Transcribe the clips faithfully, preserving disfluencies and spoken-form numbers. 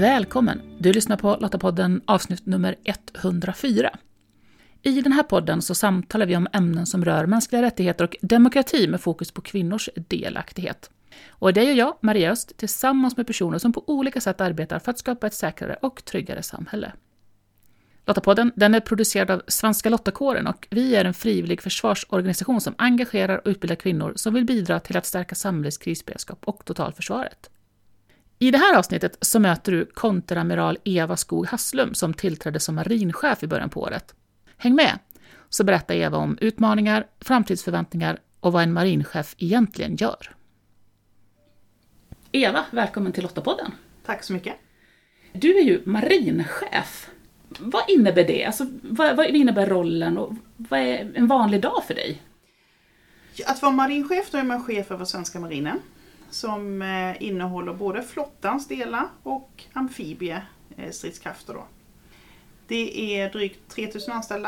Välkommen! Du lyssnar på Lottapodden avsnitt nummer etthundrafyra. I den här podden så samtalar vi om ämnen som rör mänskliga rättigheter och demokrati med fokus på kvinnors delaktighet. Och det gör jag, Maria Öst, tillsammans med personer som på olika sätt arbetar för att skapa ett säkrare och tryggare samhälle. Lottapodden den är producerad av Svenska Lottakåren och vi är en frivillig försvarsorganisation som engagerar och utbildar kvinnor som vill bidra till att stärka samhällets krisberedskap och totalförsvaret. I det här avsnittet så möter du konteramiral Eva Skog Hasslum som tillträdde som marinchef i början på året. Häng med, så berättar Eva om utmaningar, framtidsförväntningar och vad en marinchef egentligen gör. Eva, välkommen till Lottapodden. Tack så mycket. Du är ju marinchef. Vad innebär det? Alltså, vad, vad innebär rollen och vad är en vanlig dag för dig? Att vara marinchef, då är man chef över svenska marinen. Som innehåller både flottans delar och amfibiestridskrafter. Då. Det är drygt tre tusen anställda.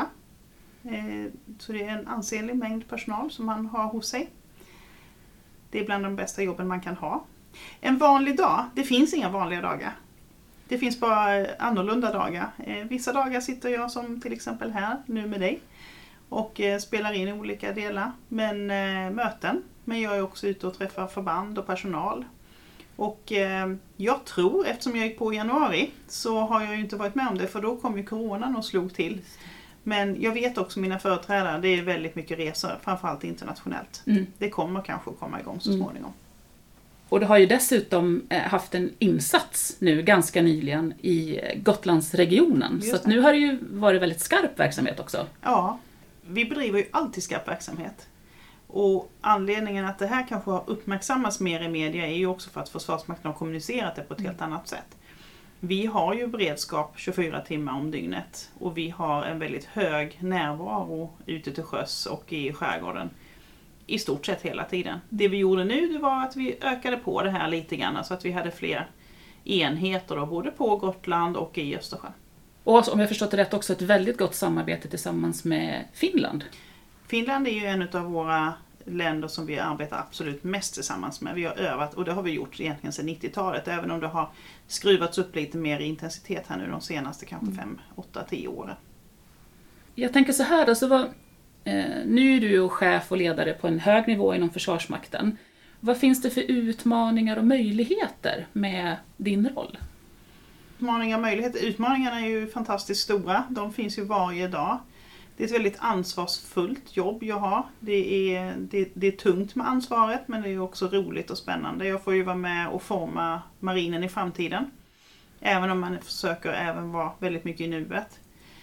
Så det är en ansenlig mängd personal som man har hos sig. Det är bland de bästa jobben man kan ha. En vanlig dag, det finns inga vanliga dagar. Det finns bara annorlunda dagar. Vissa dagar sitter jag som till exempel här nu med dig och spelar in i olika delar. Men möten. Men jag är också ute och träffar förband och personal. Och eh, jag tror, eftersom jag gick på i januari, så har jag ju inte varit med om det. För då kom ju coronan och slog till. Men jag vet också mina företrädare, det är väldigt mycket resor. Framförallt internationellt. Mm. Det kommer kanske att komma igång så småningom. Mm. Och du har ju dessutom haft en insats nu ganska nyligen i Gotlandsregionen. Så att nu har det ju varit väldigt skarp verksamhet också. Ja, vi bedriver ju alltid skarp verksamhet. Och anledningen att det här kanske har uppmärksammats mer i media är ju också för att Försvarsmakten har kommunicerat det på ett helt annat sätt. Vi har ju beredskap tjugofyra timmar om dygnet och vi har en väldigt hög närvaro ute till sjöss och i skärgården i stort sett hela tiden. Det vi gjorde nu det var att vi ökade på det här lite grann så att vi hade fler enheter då, både på Gotland och i Östersjön. Och om jag förstått det rätt också ett väldigt gott samarbete tillsammans med Finland. Finland är ju en av våra länder som vi arbetar absolut mest tillsammans med. Vi har övat och det har vi gjort egentligen sedan nittiotalet. Även om det har skruvats upp lite mer i intensitet här nu de senaste kanske fem, åtta, tio åren. Jag tänker så här, alltså vad, eh, nu är du ju chef och ledare på en hög nivå inom Försvarsmakten. Vad finns det för utmaningar och möjligheter med din roll? Utmaningar och möjligheter. Utmaningarna är ju fantastiskt stora. De finns ju varje dag. Det är ett väldigt ansvarsfullt jobb jag har. Det är, det, det är tungt med ansvaret men det är också roligt och spännande. Jag får ju vara med och forma marinen i framtiden. Även om man försöker även vara väldigt mycket i nuet.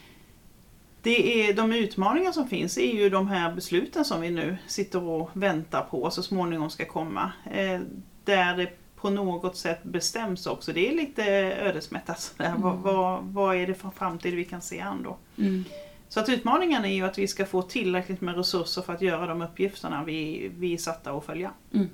Det är, de utmaningar som finns är ju de här besluten som vi nu sitter och väntar på så småningom ska komma. Eh, där det på något sätt bestäms också. Det är lite ödesmättat. Mm. Vad, vad, vad är det för framtid vi kan se an då? Mm. Så att utmaningen är ju att vi ska få tillräckligt med resurser för att göra de uppgifterna vi, vi är satta att följa. Mm.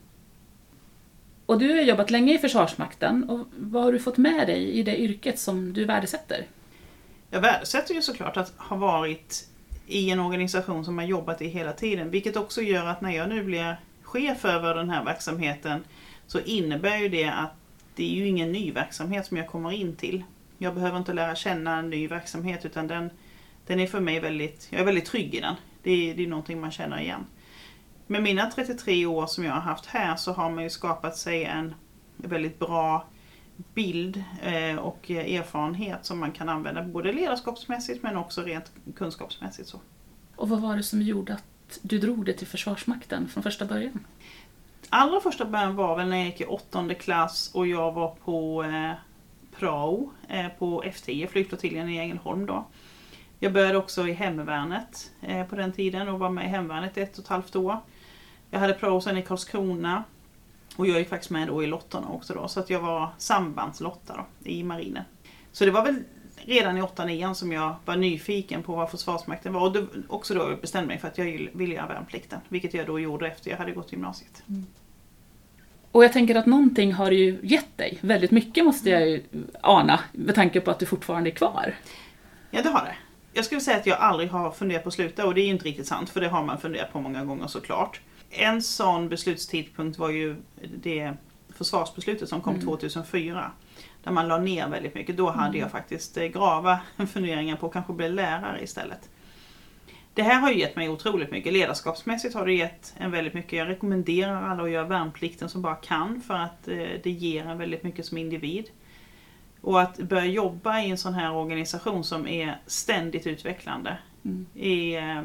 Och du har jobbat länge i Försvarsmakten. Och vad har du fått med dig i det yrket som du värdesätter? Jag värdesätter ju såklart att ha varit i en organisation som har jobbat i hela tiden. Vilket också gör att när jag nu blir chef över den här verksamheten så innebär ju det att det är ju ingen ny verksamhet som jag kommer in till. Jag behöver inte lära känna en ny verksamhet utan den Den är för mig väldigt, jag är väldigt trygg i den. Det är, det är någonting man känner igen. Med mina trettiotre år som jag har haft här så har man ju skapat sig en väldigt bra bild och erfarenhet som man kan använda både ledarskapsmässigt men också rent kunskapsmässigt. Så. Och vad var det som gjorde att du drog det till Försvarsmakten från första början? Allra första början var väl när jag gick i åttonde klass och jag var på eh, prao eh, på F tio, flygflottiljen i Ängelholm då. Jag började också i hemvärnet eh, på den tiden och var med i hemvärnet ett och ett halvt år. Jag hade prao sen i Karlskrona och jag gick faktiskt med då i lottarna också då. Så att jag var sambandslotta då, i marinen. Så det var väl redan i åtta nian som jag var nyfiken på vad Försvarsmakten var. Och det, också då bestämde mig för att jag ville göra värnplikten. Vilket jag då gjorde efter jag hade gått gymnasiet. Mm. Och jag tänker att någonting har ju gett dig. Väldigt mycket måste jag ju ana med tanke på att du fortfarande är kvar. Ja, det har det. Jag skulle säga att jag aldrig har funderat på att sluta och det är ju inte riktigt sant för det har man funderat på många gånger såklart. En sån beslutstidpunkt var ju det försvarsbeslutet som kom mm. tvåtusenfyra. där man la ner väldigt mycket. Då hade Mm. jag faktiskt grava funderingar på att kanske bli lärare istället. Det här har ju gett mig otroligt mycket. Ledarskapsmässigt har det gett en väldigt mycket. Jag rekommenderar alla att göra värnplikten som bara kan, för att det ger en väldigt mycket som individ. Och att börja jobba i en sån här organisation som är ständigt utvecklande Mm. är,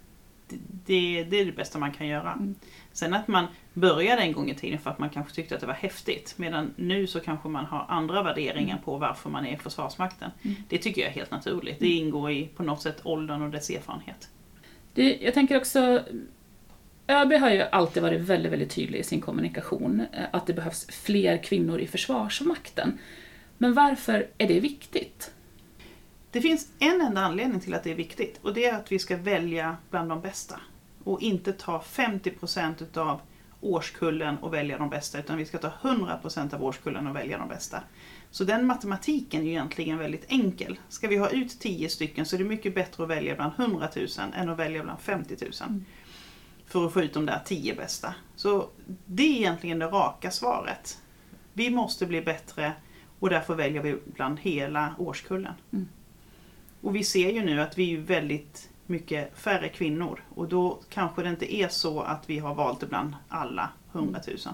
det, det är det bästa man kan göra. Mm. Sen att man började en gång i tiden för att man kanske tyckte att det var häftigt. Medan nu så kanske man har andra värderingar Mm. på varför man är i Försvarsmakten. Mm. Det tycker jag är helt naturligt. Det ingår i på något sätt åldern och dess erfarenhet. Det, jag tänker också, ÖB har ju alltid varit väldigt, väldigt tydlig i sin kommunikation att det behövs fler kvinnor i Försvarsmakten. Men varför är det viktigt? Det finns en enda anledning till att det är viktigt, och det är att vi ska välja bland de bästa. Och inte ta femtio procent av årskullen och välja de bästa, utan vi ska ta hundra procent av årskullen och välja de bästa. Så den matematiken är ju egentligen väldigt enkel. Ska vi ha ut tio stycken så är det mycket bättre att välja bland hundratusen än att välja bland femtio tusen. Mm. För att få ut de där tio bästa. Så det är egentligen det raka svaret. Vi måste bli bättre, och därför väljer vi bland hela årskullen. Mm. Och vi ser ju nu att vi är väldigt mycket färre kvinnor. Och då kanske det inte är så att vi har valt bland alla hundratusen.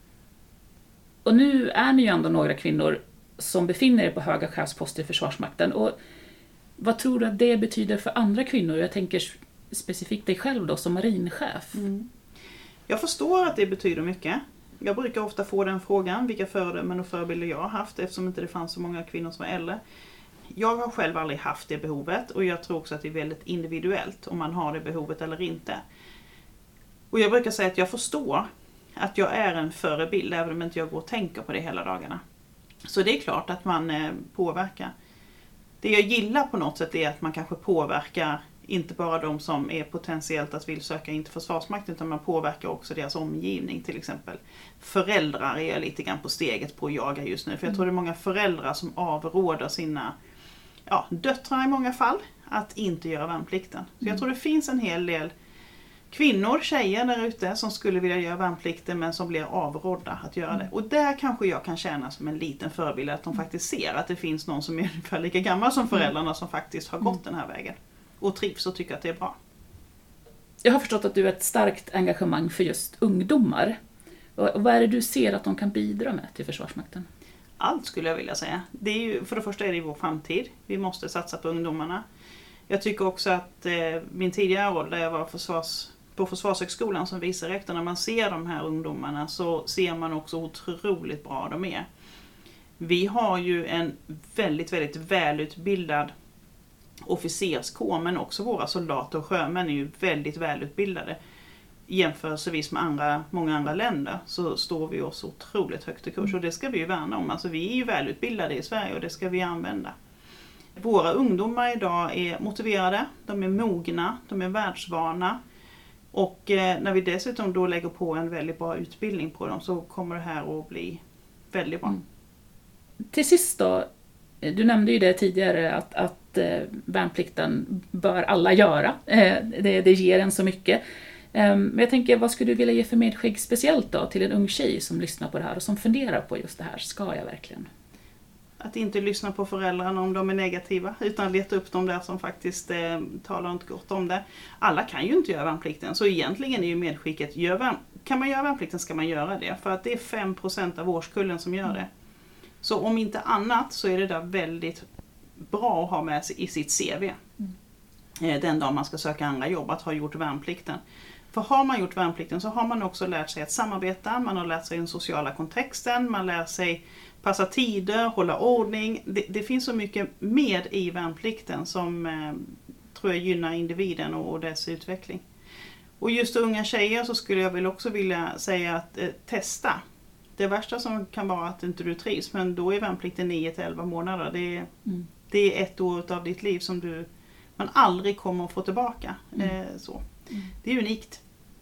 Och nu är ni ju ändå några kvinnor som befinner er på höga chefsposter i Försvarsmakten. Och vad tror du att det betyder för andra kvinnor? Jag tänker specifikt dig själv då som marinchef. Mm. Jag förstår att det betyder mycket. Jag brukar ofta få den frågan, vilka föredömen och förebilder jag har haft, eftersom inte det fanns så många kvinnor som var äldre. Jag har själv aldrig haft det behovet, och jag tror också att det är väldigt individuellt om man har det behovet eller inte. Och jag brukar säga att jag förstår att jag är en förebild, även om inte jag går och tänker på det hela dagarna. Så det är klart att man påverkar. Det jag gillar på något sätt är att man kanske påverkar inte bara de som är potentiellt att vill söka in till Försvarsmakten, utan man påverkar också deras omgivning. Till exempel föräldrar är jag lite grann på steget på att jaga just nu. För jag tror det är många föräldrar som avråder sina ja, döttrar i många fall att inte göra värnplikten. Så jag tror det finns en hel del kvinnor, tjejer där ute som skulle vilja göra värnplikten men som blir avrådda att göra det. Och där kanske jag kan känna som en liten förebild att de faktiskt ser att det finns någon som är ungefär lika gammal som föräldrarna som faktiskt har gått den här vägen. Och trivs och tycker att det är bra. Jag har förstått att du har ett starkt engagemang för just ungdomar. Och vad är det du ser att de kan bidra med till Försvarsmakten? Allt skulle jag vilja säga. Det är ju, för det första är det vår framtid. Vi måste satsa på ungdomarna. Jag tycker också att eh, min tidigare roll där jag var försvars, på Försvarshögskolan som vicerektor, när man ser de här ungdomarna så ser man också otroligt bra de är. Vi har ju en väldigt, väldigt välutbildad officerskår, men också våra soldater och sjömän är ju väldigt välutbildade. Jämförelsevis med andra, många andra länder så står vi oss otroligt högt i kurs, och det ska vi ju värna om. Alltså vi är ju välutbildade i Sverige och det ska vi använda. Våra ungdomar idag är motiverade, de är mogna, de är världsvana, och eh, när vi dessutom då lägger på en väldigt bra utbildning på dem så kommer det här att bli väldigt bra. Mm. Till sist då, du nämnde ju det tidigare att, att eh, värnplikten bör alla göra, eh, det, det ger en så mycket. Men jag tänker, vad skulle du vilja ge för medskick speciellt då till en ung tjej som lyssnar på det här och som funderar på just det här, ska jag verkligen? Att inte lyssna på föräldrarna om de är negativa, utan leta upp dem där som faktiskt eh, talar inte gott om det. Alla kan ju inte göra värnplikten, så egentligen är ju medskicket, gör värn- kan man göra värnplikten ska man göra det, för att det är fem procent av årskullen som gör det. Så om inte annat så är det där väldigt bra att ha med sig i sitt C V. Mm. Den dag man ska söka andra jobb, att ha gjort värnplikten. För har man gjort värnplikten så har man också lärt sig att samarbeta, man har lärt sig den sociala kontexten, man lär sig passa tider, hålla ordning. Det, det finns så mycket med i värnplikten som eh, tror jag gynnar individen och, och dess utveckling. Och just unga tjejer så skulle jag väl också vilja säga att eh, testa. Det värsta som kan vara att inte du trivs, men då är värnplikten nio till elva månader. Det är, mm. det är ett år av ditt liv som du man aldrig kommer att få tillbaka. Mm. Eh, så. Mm. Det är unikt.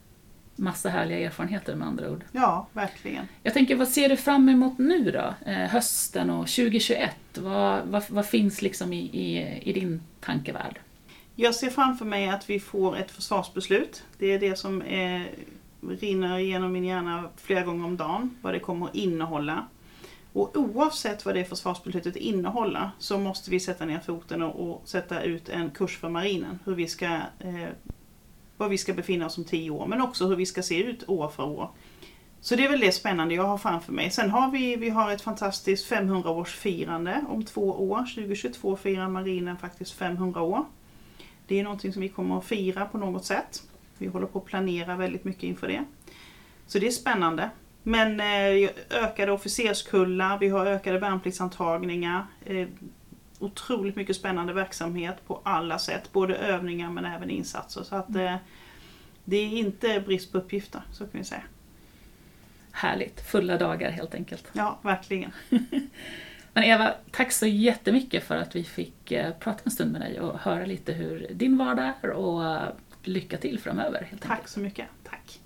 Massa härliga erfarenheter med andra ord. Ja, verkligen. Jag tänker, vad ser du fram emot nu då? Eh, hösten och tjugohundratjugoett. Vad, vad, vad finns liksom i, i, i din tankevärld? Jag ser framför mig att vi får ett försvarsbeslut. Det är det som är, rinner igenom min hjärna flera gånger om dagen. Vad det kommer att innehålla. Och oavsett vad det försvarsbeslutet innehåller så måste vi sätta ner foten och, och sätta ut en kurs för marinen. Hur vi ska, eh, var vi ska befinna oss om tio år, men också hur vi ska se ut år för år. Så det är väl det spännande jag har framför mig. Sen har vi, vi har ett fantastiskt femhundraårsfirande om två år. tjugohundratjugotvå firar marinen faktiskt femhundra år. Det är någonting som vi kommer att fira på något sätt. Vi håller på att planera väldigt mycket inför det. Så det är spännande. Men eh, ökade officerskullar, vi har ökade värnpliktsantagningar. Eh, otroligt mycket spännande verksamhet på alla sätt. Både övningar men även insatser. Så att eh, det är inte brist på uppgifter, så kan vi säga. Härligt, fulla dagar helt enkelt. Ja, verkligen. Men Eva, tack så jättemycket för att vi fick eh, prata en stund med dig och höra lite hur din vardag är och eh, lycka till framöver. Helt Tack enkelt. så mycket, tack.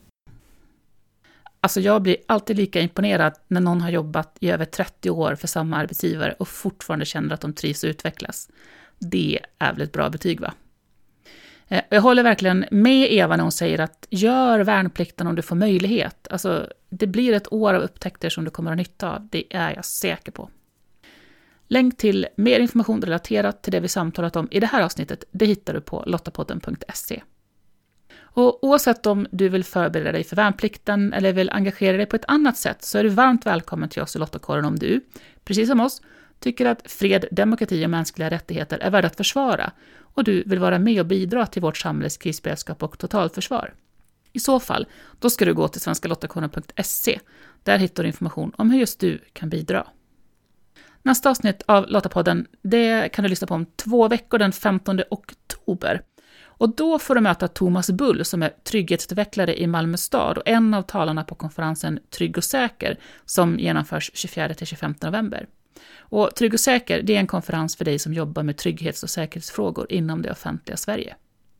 Alltså jag blir alltid lika imponerad när någon har jobbat i över trettio år för samma arbetsgivare och fortfarande känner att de trivs och utvecklas. Det är väl ett bra betyg, va? Jag håller verkligen med Eva när hon säger att gör värnplikten om du får möjlighet. Alltså, det blir ett år av upptäckter som du kommer att ha nytta av. Det är jag säker på. Länk till mer information relaterat till det vi samtalat om i det här avsnittet, det hittar du på lottapodden punkt se. Och oavsett om du vill förbereda dig för värnplikten eller vill engagera dig på ett annat sätt så är du varmt välkommen till oss i Lottakåren om du, precis som oss, tycker att fred, demokrati och mänskliga rättigheter är värda att försvara och du vill vara med och bidra till vårt samhälles krisberedskap och totalförsvar. I så fall, då ska du gå till svenska lottakåren punkt se. Där hittar du information om hur just du kan bidra. Nästa avsnitt av Lottapodden, det kan du lyssna på om två veckor den femtonde oktober. Och då får du möta Thomas Bull som är trygghetsutvecklare i Malmö stad och en av talarna på konferensen Trygg och säker som genomförs tjugofjärde till tjugofemte november. Och Trygg och säker, det är en konferens för dig som jobbar med trygghets- och säkerhetsfrågor inom det offentliga Sverige.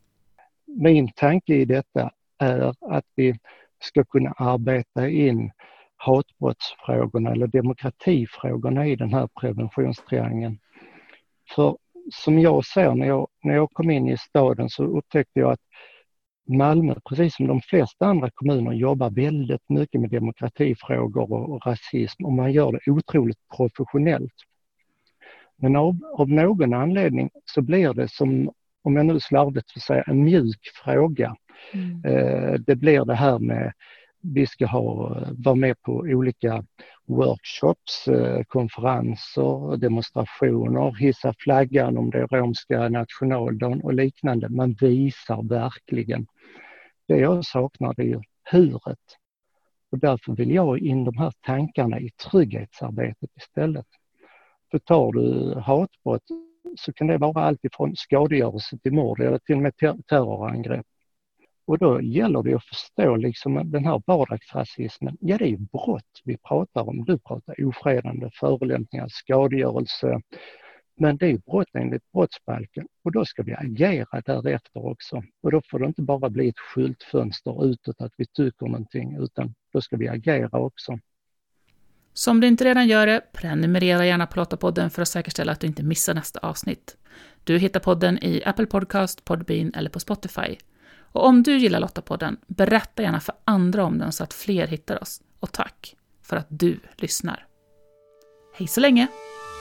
Min tanke i detta är att vi ska kunna arbeta in hatbrottsfrågorna eller demokratifrågorna i den här preventionstriangeln. För som jag ser när jag, när jag kom in i staden så upptäckte jag att Malmö, precis som de flesta andra kommuner, jobbar väldigt mycket med demokratifrågor och, och rasism och man gör det otroligt professionellt. Men av, av någon anledning så blir det som, om jag nu slarvigt vill säga, en mjuk fråga. Mm. Eh, det blir det här med vi ska ha, vara med på olika workshops, eh, konferenser, demonstrationer, hissa flaggan om det är romska nationaldagen och liknande. Man visar verkligen. Det jag saknar det är ju huret. Och därför vill jag in de här tankarna i trygghetsarbetet istället. För tar du hatbrott så kan det vara allt ifrån skadegörelse till mord eller till och med ter- terrorangrepp. Och då gäller det att förstå liksom den här vardagsrasismen. Ja, det är ju brott vi pratar om. Du pratar ofredande, förolämpningar, skadegörelse. Men det är ju brott enligt brottsbalken. Och då ska vi agera därefter också. Och då får det inte bara bli ett skyltfönster utåt att vi tycker någonting. Utan då ska vi agera också. Så om du inte redan gör det, prenumerera gärna på Lottapodden för att säkerställa att du inte missar nästa avsnitt. Du hittar podden i Apple Podcast, Podbean eller på Spotify. Och om du gillar Lottapodden, berätta gärna för andra om den så att fler hittar oss. Och tack för att du lyssnar. Hej så länge!